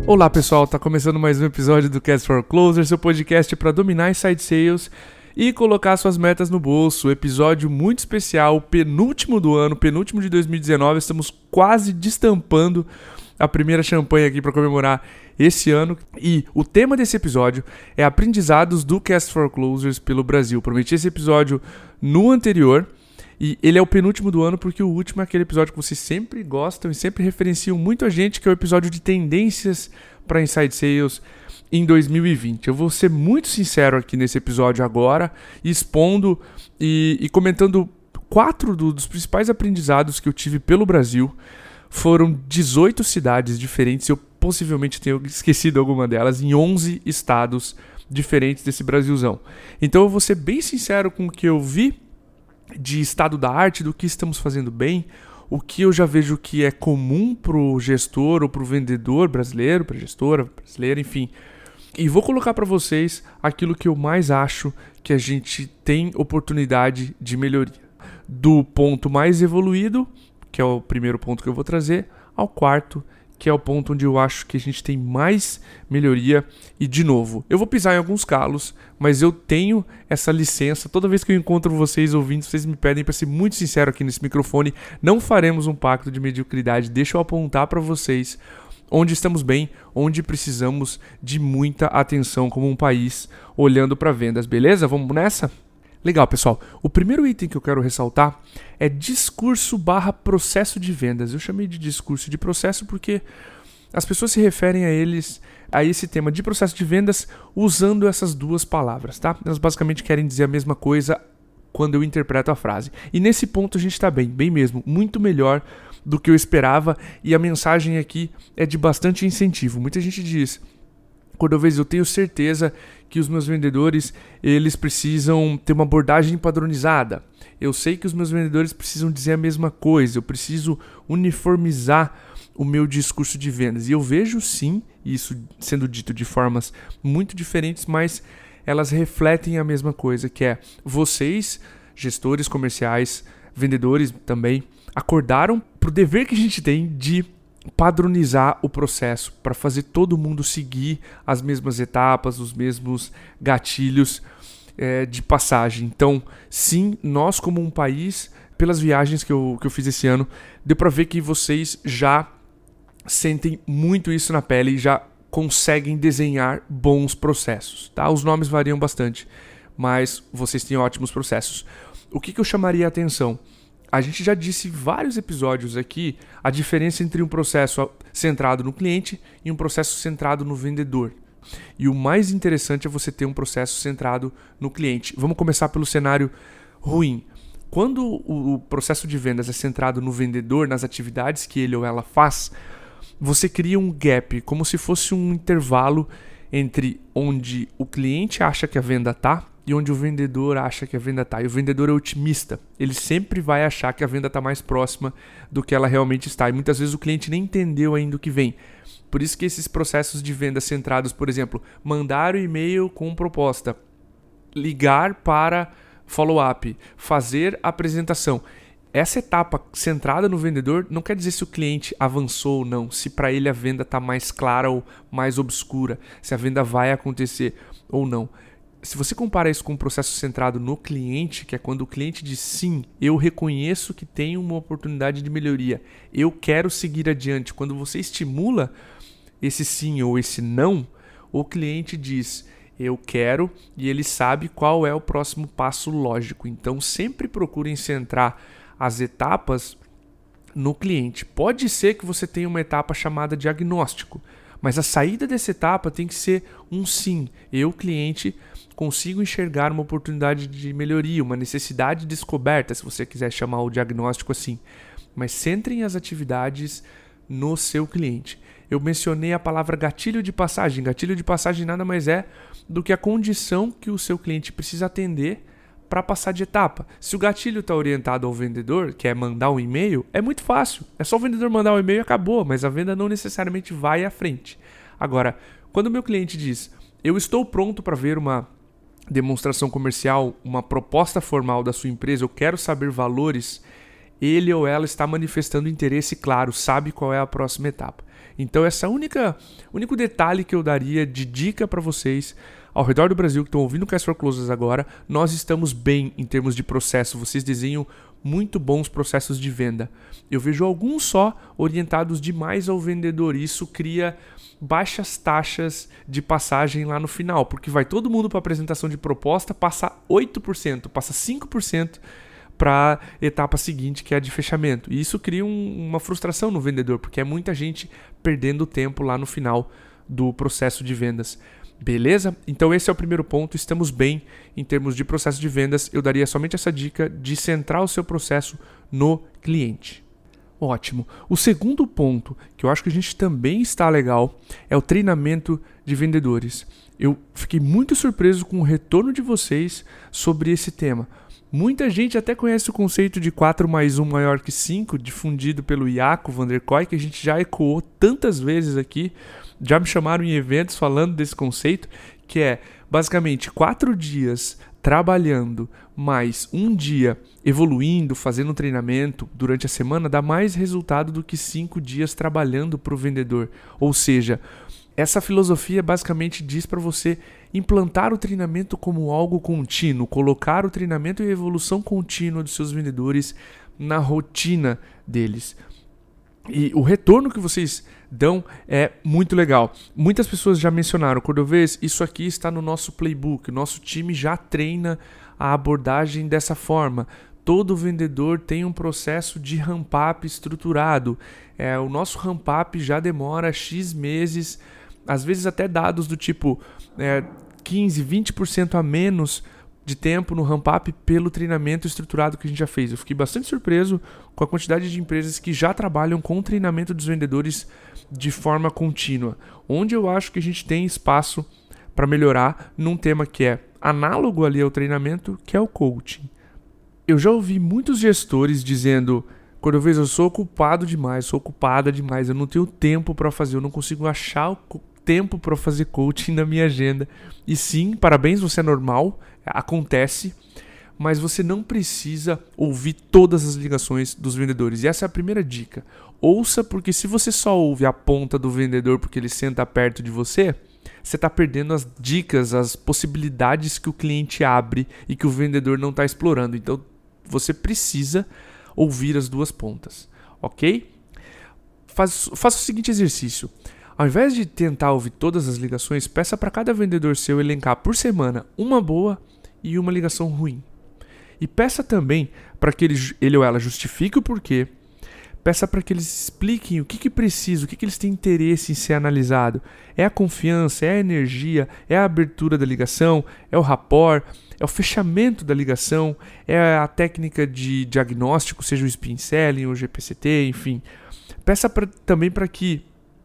Olá pessoal, tá começando mais um episódio do Cast for Closer, seu podcast para dominar inside sales e colocar suas metas no bolso. Episódio muito especial, penúltimo do ano, penúltimo de 2019, estamos quase destampando a primeira champanhe aqui para comemorar esse ano. E o tema desse episódio é aprendizados do Cast for Closers pelo Brasil. Prometi esse episódio no anterior. E ele é o penúltimo do ano porque o último é aquele episódio que vocês sempre gostam e sempre referenciam muito a gente, que é o episódio de tendências para Inside Sales em 2020. Eu vou ser muito sincero aqui nesse episódio agora, expondo e comentando 4 dos principais aprendizados que eu tive pelo Brasil. Foram 18 cidades diferentes, eu possivelmente tenho esquecido alguma delas, em 11 estados diferentes desse Brasilzão. Então eu vou ser bem sincero com o que eu vi de estado da arte, do que estamos fazendo bem, o que eu já vejo que é comum para o gestor ou para o vendedor brasileiro, para a gestora brasileira, enfim. E vou colocar para vocês aquilo que eu mais acho que a gente tem oportunidade de melhoria. Do ponto mais evoluído, que é o primeiro ponto que eu vou trazer, ao quarto, que é o ponto onde eu acho que a gente tem mais melhoria. E, de novo, eu vou pisar em alguns calos, mas eu tenho essa licença. Toda vez que eu encontro vocês ouvindo, vocês me pedem para ser muito sincero aqui nesse microfone. Não faremos um pacto de mediocridade. Deixa eu apontar para vocês onde estamos bem, onde precisamos de muita atenção como um país olhando para vendas. Beleza? Vamos nessa? Legal, pessoal. O primeiro item que eu quero ressaltar é discurso/processo de vendas. Eu chamei de discurso de processo porque as pessoas se referem a esse tema de processo de vendas usando essas duas palavras, tá? Elas basicamente querem dizer a mesma coisa quando eu interpreto a frase. E nesse ponto a gente está bem mesmo, muito melhor do que eu esperava, e a mensagem aqui é de bastante incentivo. Muita gente diz: Cordovez, eu tenho certeza que os meus vendedores, eles precisam ter uma abordagem padronizada. Eu sei que os meus vendedores precisam dizer a mesma coisa. Eu preciso uniformizar o meu discurso de vendas. E eu vejo sim isso sendo dito de formas muito diferentes, mas elas refletem a mesma coisa, que é vocês, gestores comerciais, vendedores também, acordaram para o dever que a gente tem de padronizar o processo para fazer todo mundo seguir as mesmas etapas, os mesmos gatilhos de passagem. Então, sim, nós como um país, pelas viagens que eu fiz esse ano, deu para ver que vocês já sentem muito isso na pele e já conseguem desenhar bons processos. Tá? Os nomes variam bastante, mas vocês têm ótimos processos. O que eu chamaria a atenção? A gente já disse em vários episódios aqui a diferença entre um processo centrado no cliente e um processo centrado no vendedor. E o mais interessante é você ter um processo centrado no cliente. Vamos começar pelo cenário ruim. Quando o processo de vendas é centrado no vendedor, nas atividades que ele ou ela faz, você cria um gap, como se fosse um intervalo entre onde o cliente acha que a venda está e onde o vendedor acha que a venda está. E o vendedor é otimista. Ele sempre vai achar que a venda está mais próxima do que ela realmente está. E muitas vezes o cliente nem entendeu ainda o que vem. Por isso que esses processos de venda centrados, por exemplo, mandar o e-mail com proposta, ligar para follow-up, fazer a apresentação. Essa etapa centrada no vendedor não quer dizer se o cliente avançou ou não, se para ele a venda está mais clara ou mais obscura, se a venda vai acontecer ou não. Se você compara isso com um processo centrado no cliente, que é quando o cliente diz sim, eu reconheço que tem uma oportunidade de melhoria, eu quero seguir adiante. Quando você estimula esse sim ou esse não, o cliente diz eu quero e ele sabe qual é o próximo passo lógico. Então sempre procurem centrar as etapas no cliente. Pode ser que você tenha uma etapa chamada diagnóstico, mas a saída dessa etapa tem que ser um sim. Eu, cliente, consigo enxergar uma oportunidade de melhoria, uma necessidade descoberta, se você quiser chamar o diagnóstico assim. Mas centrem as atividades no seu cliente. Eu mencionei a palavra gatilho de passagem. Gatilho de passagem nada mais é do que a condição que o seu cliente precisa atender para passar de etapa. Se o gatilho está orientado ao vendedor, que é mandar um e-mail, é muito fácil. É só o vendedor mandar um e-mail e acabou, mas a venda não necessariamente vai à frente. Agora, quando o meu cliente diz, eu estou pronto para ver uma demonstração comercial, uma proposta formal da sua empresa, eu quero saber valores, ele ou ela está manifestando interesse claro, sabe qual é a próxima etapa. Então único detalhe que eu daria de dica para vocês ao redor do Brasil que estão ouvindo o Cast for Closers agora, nós estamos bem em termos de processo. Vocês desenham muito bons processos de venda. Eu vejo alguns só orientados demais ao vendedor. Isso cria baixas taxas de passagem lá no final, porque vai todo mundo para a apresentação de proposta, passa 8%, passa 5% para a etapa seguinte, que é a de fechamento. E isso cria uma frustração no vendedor, porque é muita gente perdendo tempo lá no final do processo de vendas. Beleza? Então esse é o primeiro ponto, estamos bem em termos de processo de vendas. Eu daria somente essa dica de centrar o seu processo no cliente. Ótimo. O segundo ponto, que eu acho que a gente também está legal, é o treinamento de vendedores. Eu fiquei muito surpreso com o retorno de vocês sobre esse tema. Muita gente até conhece o conceito de 4 mais 1 maior que 5, difundido pelo Jaco van der Kooi, que a gente já ecoou tantas vezes aqui. Já me chamaram em eventos falando desse conceito, que é basicamente 4 dias trabalhando mais um dia evoluindo, fazendo um treinamento durante a semana, dá mais resultado do que 5 dias trabalhando para o vendedor. Ou seja, essa filosofia basicamente diz para você implantar o treinamento como algo contínuo, colocar o treinamento e a evolução contínua dos seus vendedores na rotina deles. E o retorno que vocês dão é muito legal. Muitas pessoas já mencionaram, Cordovez, isso aqui está no nosso playbook, nosso time já treina a abordagem dessa forma. Todo vendedor tem um processo de ramp-up estruturado. O nosso ramp-up já demora X meses, às vezes até dados do tipo 15, 20% a menos de tempo no ramp-up pelo treinamento estruturado que a gente já fez. Eu fiquei bastante surpreso com a quantidade de empresas que já trabalham com o treinamento dos vendedores de forma contínua, onde eu acho que a gente tem espaço para melhorar num tema que é análogo ali ao treinamento, que é o coaching. Eu já ouvi muitos gestores dizendo, Cordovez, eu sou ocupado demais, sou ocupada demais, eu não tenho tempo para fazer, eu não consigo achar o tempo para fazer coaching na minha agenda. E sim, parabéns, você é normal, acontece, mas você não precisa ouvir todas as ligações dos vendedores. E essa é a primeira dica. Ouça, porque se você só ouve a ponta do vendedor porque ele senta perto de você, você está perdendo as dicas, as possibilidades que o cliente abre e que o vendedor não está explorando. Então, você precisa ouvir as duas pontas, ok? Faça o seguinte exercício. Ao invés de tentar ouvir todas as ligações, peça para cada vendedor seu elencar por semana uma boa e uma ligação ruim. E peça também para que ele ou ela justifique o porquê. Peça para que eles expliquem o que precisa, o que eles têm interesse em ser analisado. É a confiança, é a energia, é a abertura da ligação, é o rapport, é o fechamento da ligação, é a técnica de diagnóstico, seja o spin selling ou o GPCT, enfim. Peça também para que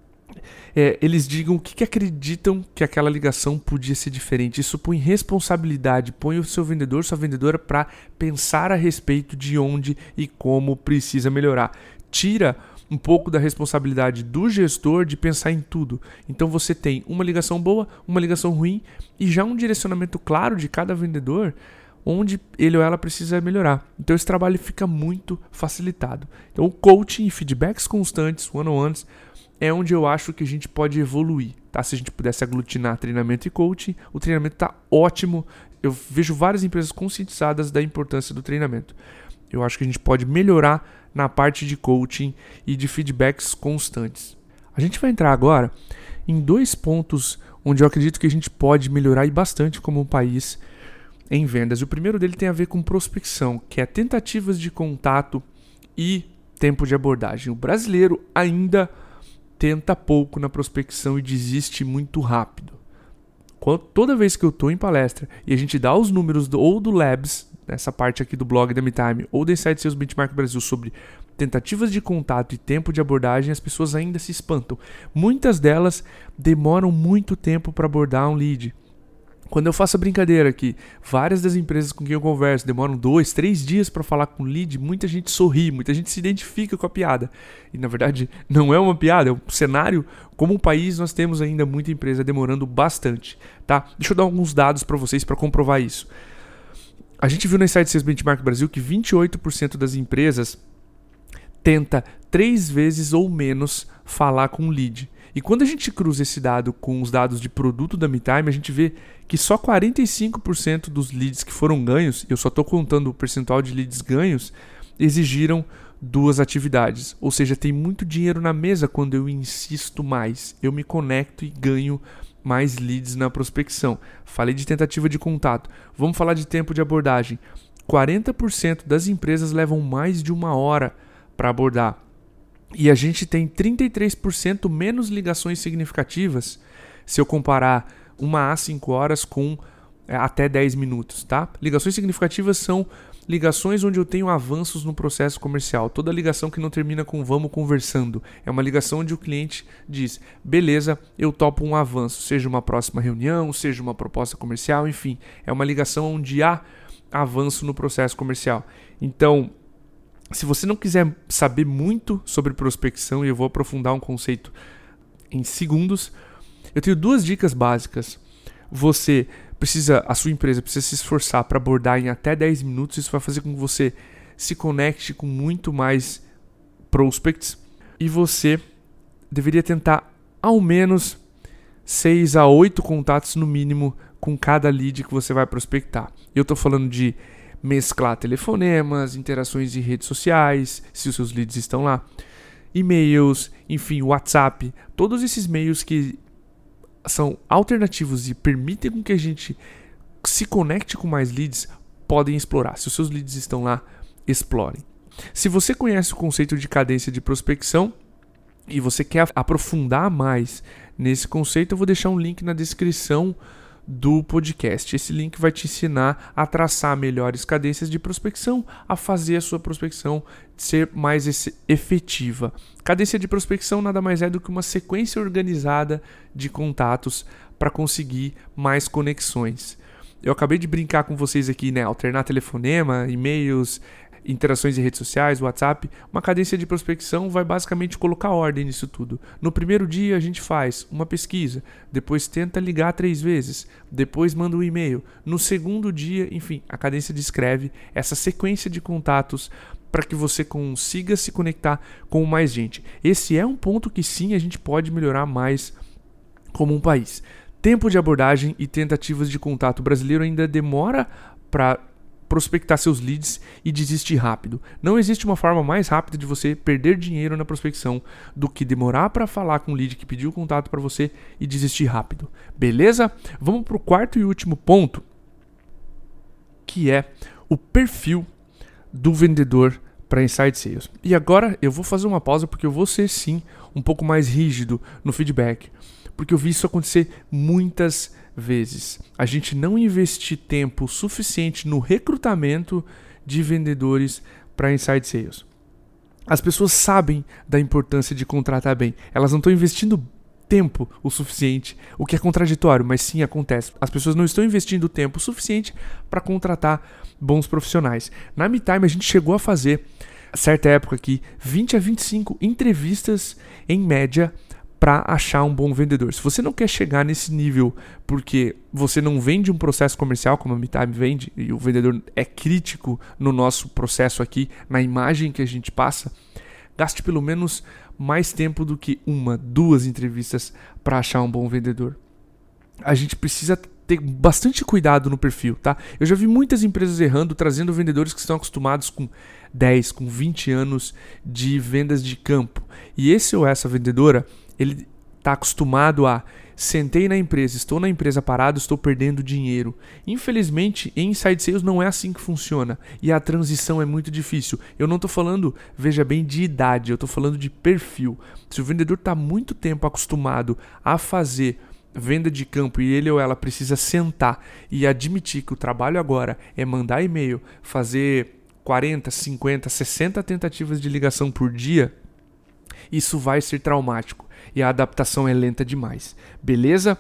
eles digam o que acreditam que aquela ligação podia ser diferente. Isso põe responsabilidade, põe o seu vendedor, sua vendedora para pensar a respeito de onde e como precisa melhorar. Tira um pouco da responsabilidade do gestor de pensar em tudo. Então você tem uma ligação boa, uma ligação ruim e já um direcionamento claro de cada vendedor onde ele ou ela precisa melhorar. Então esse trabalho fica muito facilitado. Então o coaching e feedbacks constantes, one-on-ones, é onde eu acho que a gente pode evoluir, tá? Se a gente pudesse aglutinar treinamento e coaching, o treinamento está ótimo. Eu vejo várias empresas conscientizadas da importância do treinamento. Eu acho que a gente pode melhorar na parte de coaching e de feedbacks constantes. A gente vai entrar agora em 2 pontos onde eu acredito que a gente pode melhorar e bastante como um país em vendas. O primeiro dele tem a ver com prospecção, que é tentativas de contato e tempo de abordagem. O brasileiro ainda tenta pouco na prospecção e desiste muito rápido. Toda vez que eu estou em palestra e a gente dá os números ou do Labs, nessa parte aqui do blog da MeTime, ou da Inside Sales Benchmark Brasil sobre tentativas de contato e tempo de abordagem, as pessoas ainda se espantam. Muitas delas demoram muito tempo para abordar um lead. Quando eu faço a brincadeira que várias das empresas com quem eu converso demoram 2, 3 dias para falar com o lead, muita gente sorri, muita gente se identifica com a piada. E na verdade não é uma piada, é um cenário. Como um país nós temos ainda muita empresa demorando bastante, tá? Deixa eu dar alguns dados para vocês para comprovar isso. A gente viu na Inside Sales Benchmark Brasil que 28% das empresas tenta 3 vezes ou menos falar com o lead. E quando a gente cruza esse dado com os dados de produto da MeTime, a gente vê que só 45% dos leads que foram ganhos, eu só estou contando o percentual de leads ganhos, exigiram 2 atividades. Ou seja, tem muito dinheiro na mesa quando eu insisto mais. Eu me conecto e ganho mais leads na prospecção. Falei de tentativa de contato. Vamos falar de tempo de abordagem. 40% das empresas levam mais de 1 hora para abordar. E a gente tem 33% menos ligações significativas se eu comparar 1 a 5 horas com até 10 minutos, tá? Ligações significativas são ligações onde eu tenho avanços no processo comercial. Toda ligação que não termina com vamos conversando. É uma ligação onde o cliente diz, beleza, eu topo um avanço, seja uma próxima reunião, seja uma proposta comercial, enfim. É uma ligação onde há avanço no processo comercial. Então, se você não quiser saber muito sobre prospecção, e eu vou aprofundar um conceito em segundos, eu tenho 2 dicas básicas. A sua empresa precisa se esforçar para abordar em até 10 minutos. Isso vai fazer com que você se conecte com muito mais prospects. E você deveria tentar ao menos 6 a 8 contatos no mínimo com cada lead que você vai prospectar. Eu estou falando de mesclar telefonemas, interações em redes sociais, se os seus leads estão lá, e-mails, enfim, WhatsApp, todos esses meios que são alternativos e permitem com que a gente se conecte com mais leads, podem explorar. Se os seus leads estão lá, explorem. Se você conhece o conceito de cadência de prospecção e você quer aprofundar mais nesse conceito, eu vou deixar um link na descrição do podcast. Esse link vai te ensinar a traçar melhores cadências de prospecção, a fazer a sua prospecção ser mais efetiva. Cadência de prospecção nada mais é do que uma sequência organizada de contatos para conseguir mais conexões. Eu acabei de brincar com vocês aqui, né? Alternar telefonema, e-mails, interações em redes sociais, WhatsApp. Uma cadência de prospecção vai basicamente colocar ordem nisso tudo. No primeiro dia a gente faz uma pesquisa, depois tenta ligar 3 vezes, depois manda um e-mail. No segundo dia, enfim, a cadência descreve essa sequência de contatos para que você consiga se conectar com mais gente. Esse é um ponto que sim, a gente pode melhorar mais como um país. Tempo de abordagem e tentativas de contato. O brasileiro ainda demora para prospectar seus leads e desistir rápido. Não existe uma forma mais rápida de você perder dinheiro na prospecção do que demorar para falar com o lead que pediu contato para você e desistir rápido. Beleza? Vamos para o 4º e último ponto, que é o perfil do vendedor para Inside Sales. E agora eu vou fazer uma pausa porque eu vou ser sim um pouco mais rígido no feedback, porque eu vi isso acontecer muitas vezes. A gente não investir tempo suficiente no recrutamento de vendedores para Inside Sales. As pessoas sabem da importância de contratar bem. Elas não estão investindo tempo o suficiente, o que é contraditório, mas sim acontece. As pessoas não estão investindo tempo suficiente para contratar bons profissionais. Na MeTime a gente chegou a fazer, certa época aqui, 20 a 25 entrevistas em média para achar um bom vendedor. Se você não quer chegar nesse nível porque você não vende um processo comercial como a MeTime vende, e o vendedor é crítico no nosso processo aqui, na imagem que a gente passa, gaste pelo menos mais tempo do que 1, 2 entrevistas para achar um bom vendedor. A gente precisa ter bastante cuidado no perfil, tá? Eu já vi muitas empresas errando, trazendo vendedores que estão acostumados com 10, com 20 anos de vendas de campo. E esse ou essa vendedora, ele está acostumado a sentei na empresa, estou na empresa parado, estou perdendo dinheiro. Infelizmente, em Inside Sales não é assim que funciona e a transição é muito difícil. Eu não estou falando, veja bem, de idade, eu estou falando de perfil. Se o vendedor está muito tempo acostumado a fazer venda de campo e ele ou ela precisa sentar e admitir que o trabalho agora é mandar e-mail, fazer 40, 50, 60 tentativas de ligação por dia, isso vai ser traumático e a adaptação é lenta demais. Beleza?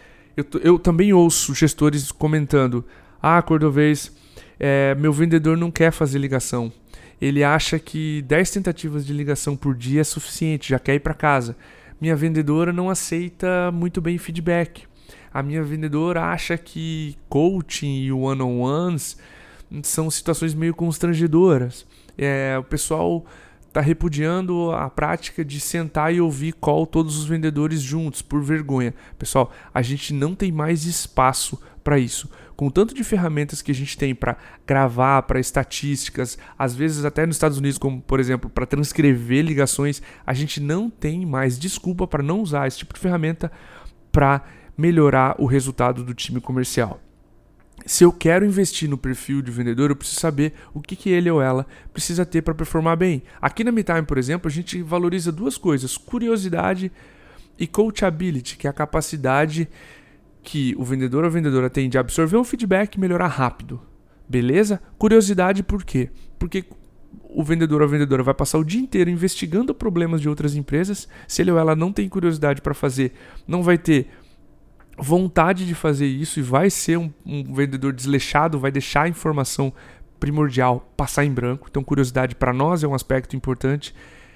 Eu também ouço gestores comentando: Cordovez, meu vendedor não quer fazer ligação. Ele acha que 10 tentativas de ligação por dia é suficiente, já quer ir para casa. Minha vendedora não aceita muito bem feedback. A minha vendedora acha que coaching e one-on-ones são situações meio constrangedoras. O pessoal está repudiando a prática de sentar e ouvir call todos os vendedores juntos, por vergonha. Pessoal, a gente não tem mais espaço para isso. Com o tanto de ferramentas que a gente tem para gravar, para estatísticas, às vezes até nos Estados Unidos, como por exemplo, para transcrever ligações, a gente não tem mais desculpa para não usar esse tipo de ferramenta para melhorar o resultado do time comercial. Se eu quero investir no perfil de vendedor, eu preciso saber o que ele ou ela precisa ter para performar bem. Aqui na MeTime, por exemplo, a gente valoriza duas coisas: curiosidade e coachability, que é a capacidade que o vendedor ou a vendedora tem de absorver um feedback e melhorar rápido. Beleza? Curiosidade por quê? Porque o vendedor ou a vendedora vai passar o dia inteiro investigando problemas de outras empresas. Se ele ou ela não tem curiosidade para fazer, não vai ter vontade de fazer isso e vai ser um vendedor desleixado, vai deixar a informação primordial passar em branco. Então, curiosidade para nós é um aspecto importante.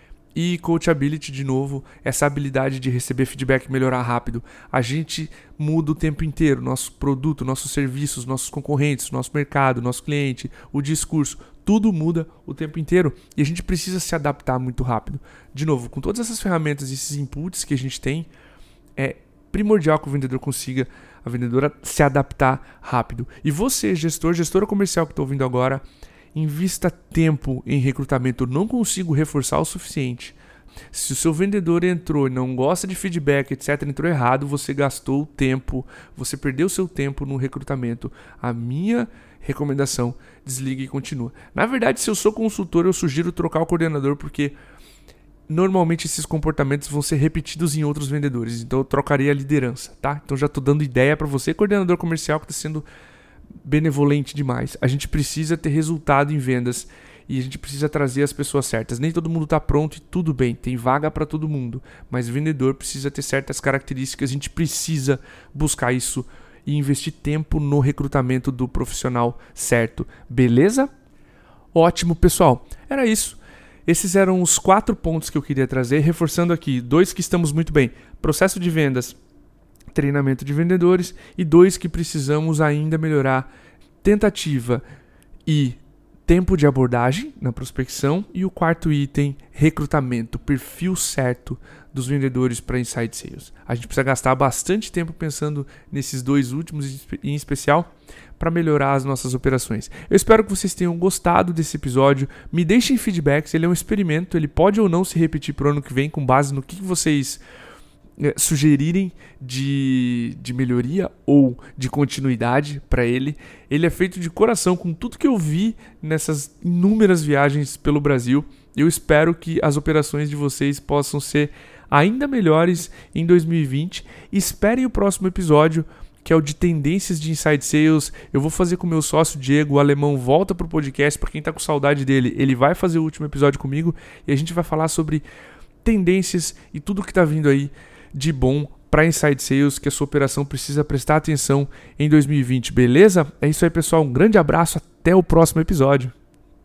E coachability, de novo, essa habilidade de receber feedback e melhorar rápido. A gente muda o tempo inteiro, nosso produto, nossos serviços, nossos concorrentes, nosso mercado, nosso cliente, o discurso, tudo muda o tempo inteiro e a gente precisa se adaptar muito rápido. De novo, com todas essas ferramentas e esses inputs que a gente tem, é primordial que o vendedor consiga, a vendedora, se adaptar rápido. E você, gestora comercial que está ouvindo agora, invista tempo em recrutamento. Eu não consigo reforçar o suficiente. Se o seu vendedor entrou e não gosta de feedback, etc., entrou errado, você gastou o tempo, você perdeu seu tempo no recrutamento. A minha recomendação, desliga e continua. Na verdade, se eu sou consultor, eu sugiro trocar o coordenador, porque normalmente esses comportamentos vão ser repetidos em outros vendedores. Então eu trocaria a liderança, tá? Então já estou dando ideia para você, coordenador comercial, que está sendo benevolente demais. A gente precisa ter resultado em vendas e a gente precisa trazer as pessoas certas. Nem todo mundo está pronto e tudo bem, tem vaga para todo mundo, mas o vendedor precisa ter certas características, a gente precisa buscar isso e investir tempo no recrutamento do profissional certo. Beleza? Ótimo, pessoal. Era isso. Esses eram os 4 pontos que eu queria trazer, reforçando aqui 2 que estamos muito bem: processo de vendas, treinamento de vendedores, e 2 que precisamos ainda melhorar: tentativa e tempo de abordagem na prospecção, e o 4º item, recrutamento, perfil certo dos vendedores para Inside Sales. A gente precisa gastar bastante tempo pensando nesses 2 últimos em especial para melhorar as nossas operações. Eu espero que vocês tenham gostado desse episódio. Me deixem feedbacks, ele é um experimento, ele pode ou não se repetir para o ano que vem com base no que vocês sugerirem de melhoria ou de continuidade para ele. Ele é feito de coração, com tudo que eu vi nessas inúmeras viagens pelo Brasil. Eu espero que as operações de vocês possam ser ainda melhores em 2020. Esperem o próximo episódio, que é o de tendências de Inside Sales. Eu vou fazer com o meu sócio Diego, o alemão, volta pro podcast. Para quem tá com saudade dele, ele vai fazer o último episódio comigo e a gente vai falar sobre tendências e tudo que tá vindo aí de bom para Inside Sales, que a sua operação precisa prestar atenção em 2020, beleza? É isso aí, pessoal. Um grande abraço, até o próximo episódio.